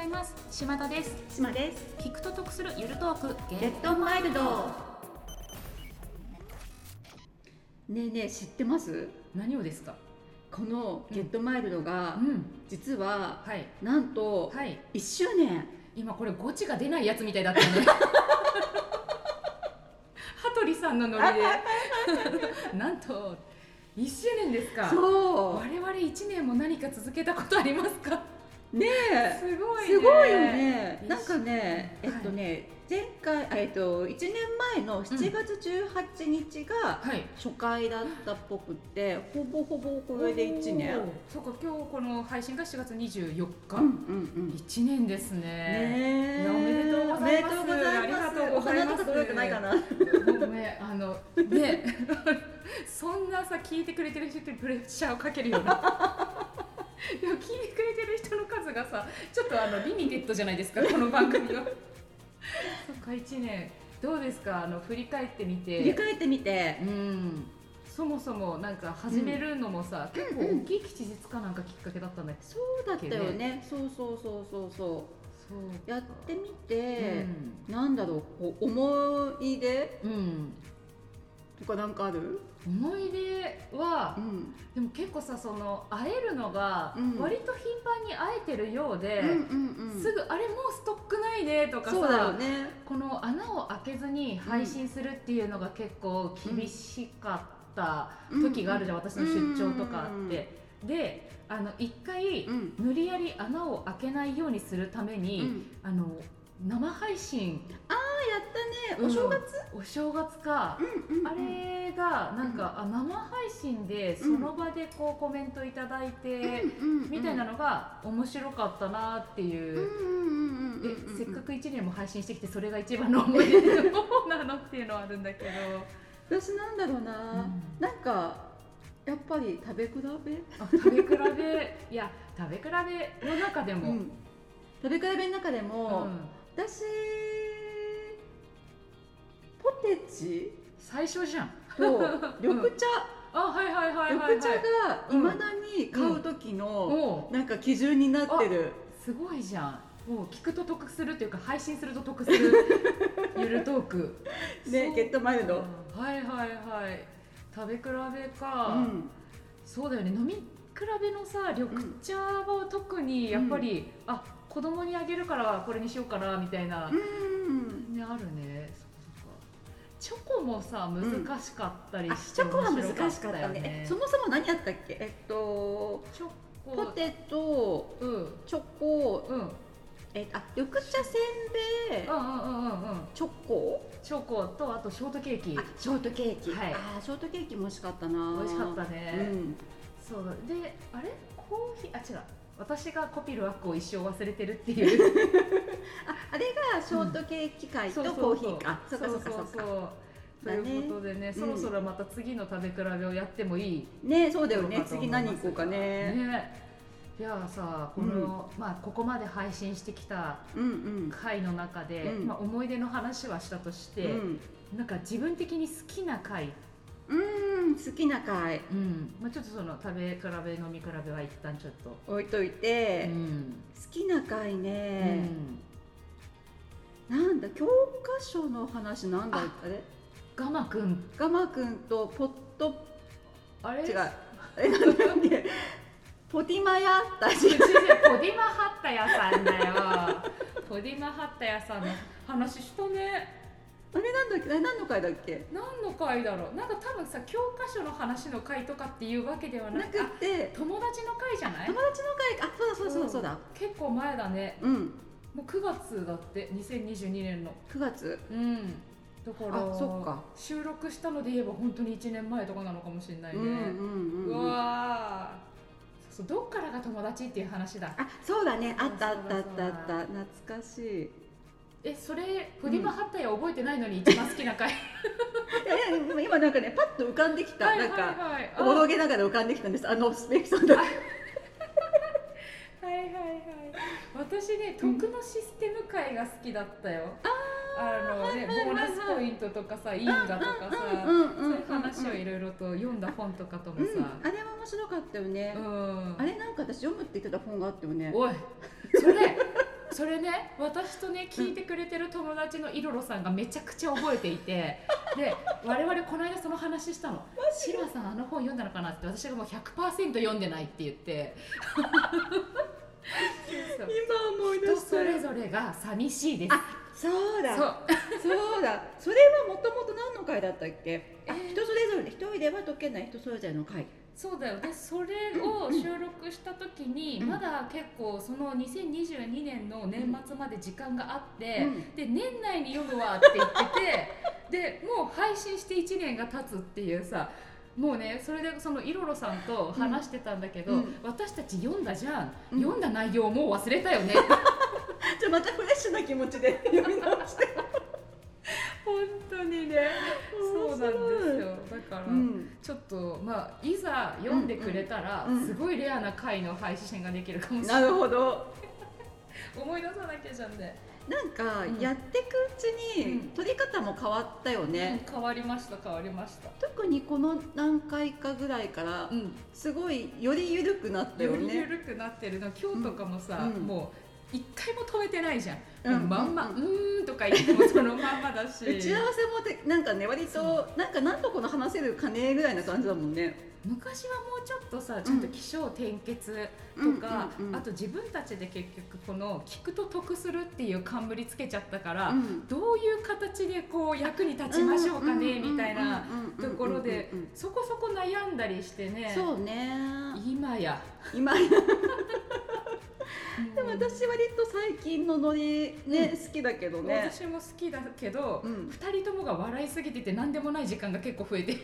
ます。島田です。 島です。 聞くと得するゆるトークゲットマイルド。ねえねえ、知ってます？ 何をですか？ このゲットマイルドが、実は、 はい、 なんと、1周年。 今これゴチが出ないやつみたいだったね羽鳥さんのノリでなんと1周年ですか？ そう。 我々1年も何か続けたことありますか？ ねえ、 すごいね。 すごいよね。なんかね、前回1年前の7月18日が初回だったっぽくって、ほぼほぼこれで1年。 そうか、今日この配信が7月24日、1年ですね。いや、おめでとうございます。ありがとうございます。お花とか届いてないかな。ごめん、ねそんなさ、聞いてくれてる人にプレッシャーをかけるようなでも聞いてくれてる人の数がさ、ちょっとリミテッドじゃないですか、この番組はそっか、1年どうですか？振り返ってみて、そもそもなんか始めるのもさ、結構大きい吉日かなんかきっかけだったんだっけ？ そうだったよね。そうやってみて、なんだろう、思い出、とかなんかある？ 思い出は、でも結構さ、その会えるのが割と頻繁に会えてるようで、すぐあれもうストックないねとかさ、この穴を開けずに配信するっていうのが結構厳しかった時があるじゃん、私の出張とかあって。で、一回無理やり穴を開けないようにするために、生配信やったね。お正月か、あれがなんか生配信でその場でこうコメントいただいてみたいなのが面白かったなっていう。で、せっかく1年も配信してきて、それが一番の思い出なのっていうのはあるんだけど、 私なんだろうな、なんかやっぱり食べ比べ、 いや、食べ比べの中でも、 私ポテチ最初じゃんと緑茶緑茶がいまだに買う時のなんか基準になってる。 すごいじゃん。もう聞くと得するっていうか、配信すると得するゆるトークね、ゲットマイルド。 食べ比べか、そうだよね。飲み比べのさ、緑茶は特にやっぱり、子供にあげるからこれにしようかなみたいな、ね、あるね。チョコもさ、難しかったりして、 チョコは難しかったね。そもそも何やったっけ？ポテト、チョコ、緑茶、せんべい、チョコと、あとショートケーキ。 ショートケーキも美味しかったな。 美味しかったね。そうで、あれコーヒー、違う、私がコピルアックを一生忘れてるっていうあれがショートケーキ会とコーヒーか。そうということでね、そろそろまた次の食べ比べをやってもいいね。そうだよね。次何行こうかね。 いやさ、ここまで配信してきた回の中で、思い出の話はしたとして、なんか自分的に好きな回、 好きな回、 ちょっとその食べ比べ飲み比べは一旦ちょっと置いといて、好きな回ね、なんだ、教科書の話、なんだあれ、ガマくんとポット、 あれ違う、なんだっけポディマヤッタポディマハッタ屋さんだよポディマハッタ屋さんの話したね。 あれなんだっけ、何の回だっけ？ 何の回だろう。なんか多分さ、教科書の話の回とかっていうわけではなくて、友達の回じゃない？ 友達の回か。そうだ。 結構前だね。もう9月だって、2022年の 9月。 だから、そっか、収録したので言えば本当に1年前とかなのかもしれないね。うわー、そう、どっからが友達っていう話だ。 そうだね。あった。懐かしい。 それポディマハッタヤ覚えてないのに一番好きな回今なんかね、パッと浮かんできた。なんかおぼろげながら浮かんできたんです。スペースだ私ね、得のシステム回が好きだったよ。ボーナスポイントとかさ、因果とかさ、そういう話をいろいろと読んだ本とかともさ、 あれも面白かったよね。あれなんか私読むって言ってた本があったよね。 おい、それそれね、私とね聞いてくれてる友達のイロロさんがめちゃくちゃ覚えていて、で我々この間その話したの。志麻さんあの本読んだのかなって私がもう 100% 読んでないって言って今思い出した。 人それぞれが寂しいです。 そうだそうだ、それはもともと何の回だったっけ？人それぞれ、一人では解けない人それぞれの回。 そうだよね。それを収録した時に、まだ結構その2022年の年末まで時間があって、で年内に読むわって言っててでもう配信して1年が経つっていうさ、もうね、それでそのイロロさんと話してたんだけど、私たち読んだじゃん、読んだ内容もう忘れたよねじゃあまたフレッシュな気持ちで読み直して本当にね、そうなんですよ。だから、ちょっとまあいざ読んでくれたら、すごいレアな回の配信ができるかもしれない。 なるほど思い出さなきゃじゃんね。 なんかやっていくうちに取り方も変わったよね。 変わりました変わりました。 特にこの何回かぐらいからすごいより緩くなったよね。 より緩くなってるの。今日とかもさ、もう一回も止めてないじゃん。まんまとか言ってもそのまんまだし。 打ち合わせもなんかね、割となんか何とこの話せるかねぐらいな感じだもんね。 昔はもうちょっとさ、ちゃんと起承転結とか、あと自分たちで結局この聞くと得するっていう冠つけちゃったから、どういう形でこう役に立ちましょうかねみたいなところでそこそこ悩んだりしてね。 そうね。 今やでも私割と最近のノリね、好きだけどね。 私も好きだけど、2人ともが笑いすぎてて何でもない時間が結構増えて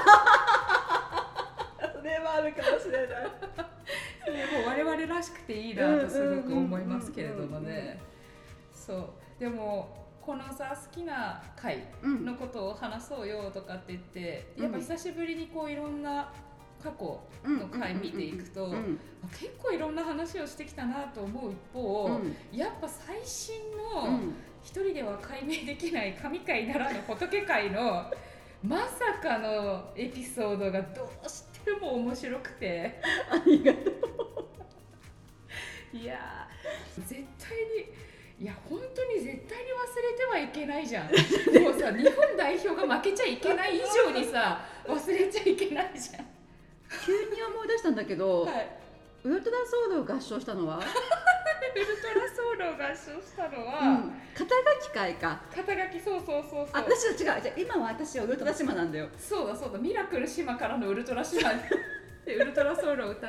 それはあるかもしれないそれも我々らしくていいなとすごく思いますけれどもね。そうでもこのさ、好きな回のことを話そうよとかって言って、やっぱ久しぶりにこういろんな過去の回見ていくと結構いろんな話をしてきたなと思う一方、やっぱ最新の一人では解明できない神回ならぬ仏回のまさかのエピソードがどうしても面白くてありがとう。いや絶対に、いや本当に絶対に忘れてはいけないじゃん。もうさ、日本代表が負けちゃいけない以上にさ忘れちゃいけないじゃん。 急に思い出したんだけど、ウルトラソウルを合唱したのはウルトラソウルを合唱したのは、 肩書き会か。 肩書き、そう私は違う、じゃあ今は私はウルトラ島なんだよ。 そうだ、ミラクル島からのウルトラ島でウルトラソウルを歌って、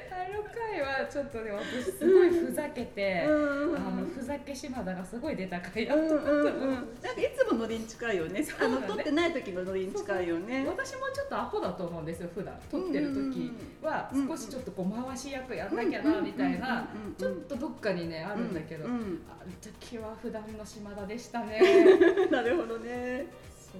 あの回はちょっとね、私すごいふざけて、ふざけ島田がすごい出た回だった。なんかいつもノリに近いよね。撮ってない時のノリに近いよね。 私もちょっとアホだと思うんですよ。普段撮ってる時は少しちょっとこう回し役やんなきゃなみたいな、ちょっとどっかにねあるんだけど、あの時は普段の島田でしたね。 なるほどね。 そう。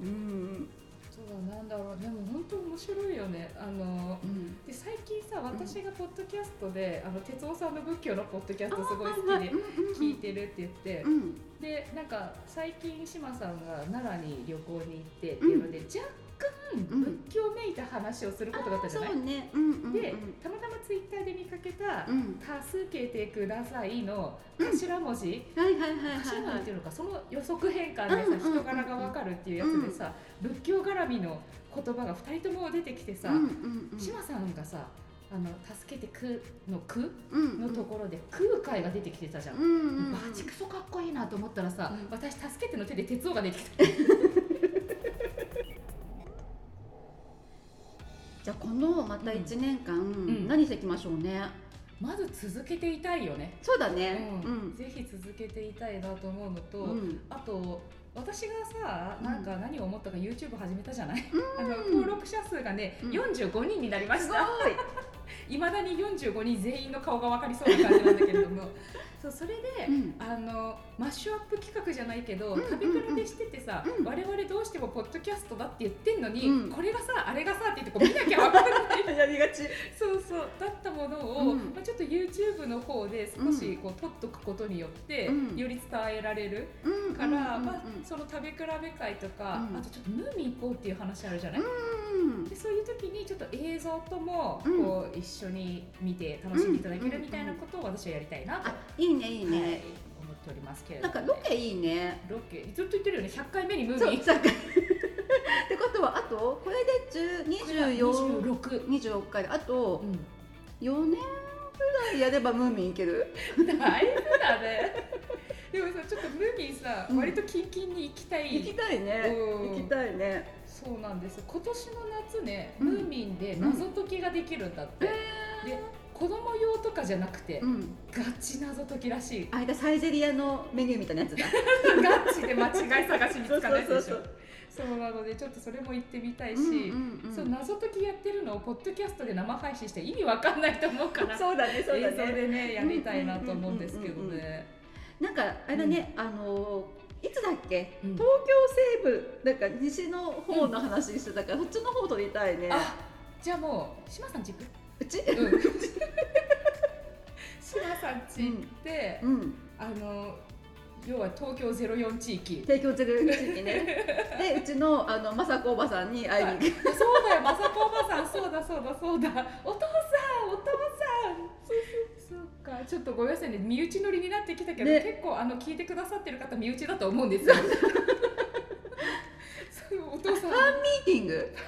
なんだろう、でも本当面白いよね。で最近さ、私がポッドキャストで哲夫さんの仏教のポッドキャストすごい好きで聞いてるって言って、でなんか最近志麻さんが奈良に旅行に行ってっていうので、若干仏教めいた話をすることだったじゃない。でたまたまツイッターで見かけた「助けてください」の頭文字、頭文字っていうのか、その予測変換でさ、人柄が分かるっていうやつでさ、仏教絡みの言葉が2人とも出てきてさ、志麻さんがさ、助けてくのくのところで空海が出てきてたじゃん。バチクソかっこいいなと思ったらさ、私助けての手で哲夫が出てきた。 じゃあこのまた1年間何していきましょうね。 まず続けていたいよね。 そうだね、 ぜひ続けていたいなと思うのと、あと私がさ、なんか何を思ったか YouTube 始めたじゃない。登録者数がね、45人になりました。いまだに45人全員の顔が分かりそうな感じなんだけれどもそれで、マッシュアップ企画じゃないけど、食べ比べしててさ、我々どうしてもポッドキャストだって言ってんのに、これがさあれがさって言ってこう見なきゃ分からないやりがちそうだったものを、ちょっと YouTube の方で少しこう撮っとくことによって、より伝えられるから、その食べ比べ会とか、あとちょっとムーミン行こうっていう話あるじゃない。 でそういう時にちょっと映像ともこう一緒に見て楽しんでいただけるみたいなことを私はやりたいなと、 いいねいいね、 はい、思っておりますけれども、 なんかロケいいね。 ロケずっと言ってるよね、100回目にムーミンそうってことはあとこれで26回であと4年ぐらいやればムーミンいける。 だいぶだね。でもさ、ちょっとムーミンさ、割とキンキンに行きたいね。 行きたいね。 そうなんです。今年の夏ね、ムーミンで謎解きができるんだって。で子供用とかじゃなくて、ガチ謎解きらしい。 間サイゼリアのメニューみたいなやつだ。 ガチで間違い探しに使うやつでしょ。そうなのでちょっとそれも行ってみたいし、そう謎解きやってるのをポッドキャストで生配信して意味わかんないと思うからそうだね映像でねやりたいなと思うんですけどね。 なんかあれだね、いつだっけ、東京西部なんか西の方の話してたから、そっちの方撮りたいね。 あ、じゃあもう島さんち行く？ うち？ 島さんち行って、要は東京04地域、 東京04地域ね。でうちの雅子おばさんに会いに行く。 そうだよ、雅子おばさん、そうだ。お父さん。そうか、ちょっとごめんなさいね、身内乗りになってきたけど、結構聞いてくださってる方身内だと思うんですよ。お父さん。 ファンミーティング。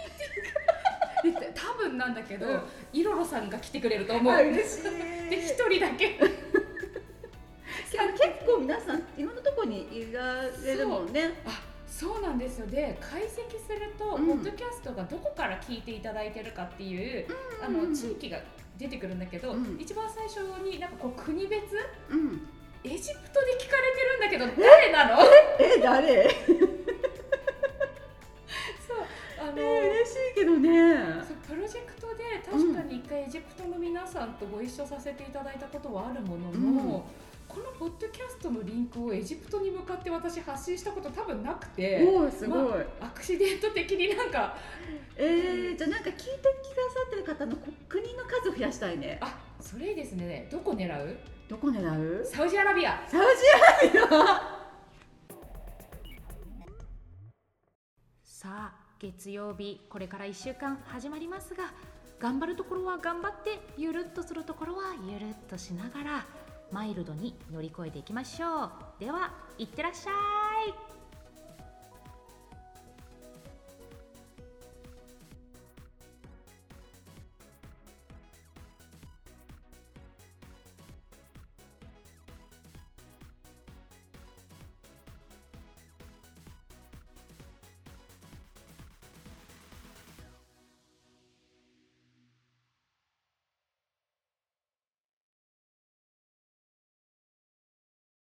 多分なんだけど、イロロさんが来てくれると思う。 嬉しい。 で一人だけ。 結構皆さんいろんなところにいられるもんね。 そうなんですよ。で解析すると、ポッドキャストがどこから聞いていただいてるかっていう、地域が出てくるんだけど、一番最初になんかこう国別、エジプトで聞かれてるんだけど誰なの？ 誰？嬉しいけどね。 プロジェクトで確かに一回エジプトの皆さんとご一緒させていただいたことはあるものの、このポッドキャストのリンクをエジプトに向かって私発信したこと多分なくて、 すごい、 アクシデント的になんかじゃあなんか聞いてくださってる方の国の数増やしたいね。 それいいですね。どこ狙う？ サウジアラビア。 さあ月曜日、これから1週間始まりますが、頑張るところは頑張って、ゆるっとするところはゆるっとしながらマイルドに乗り越えていきましょう。では、いってらっしゃい。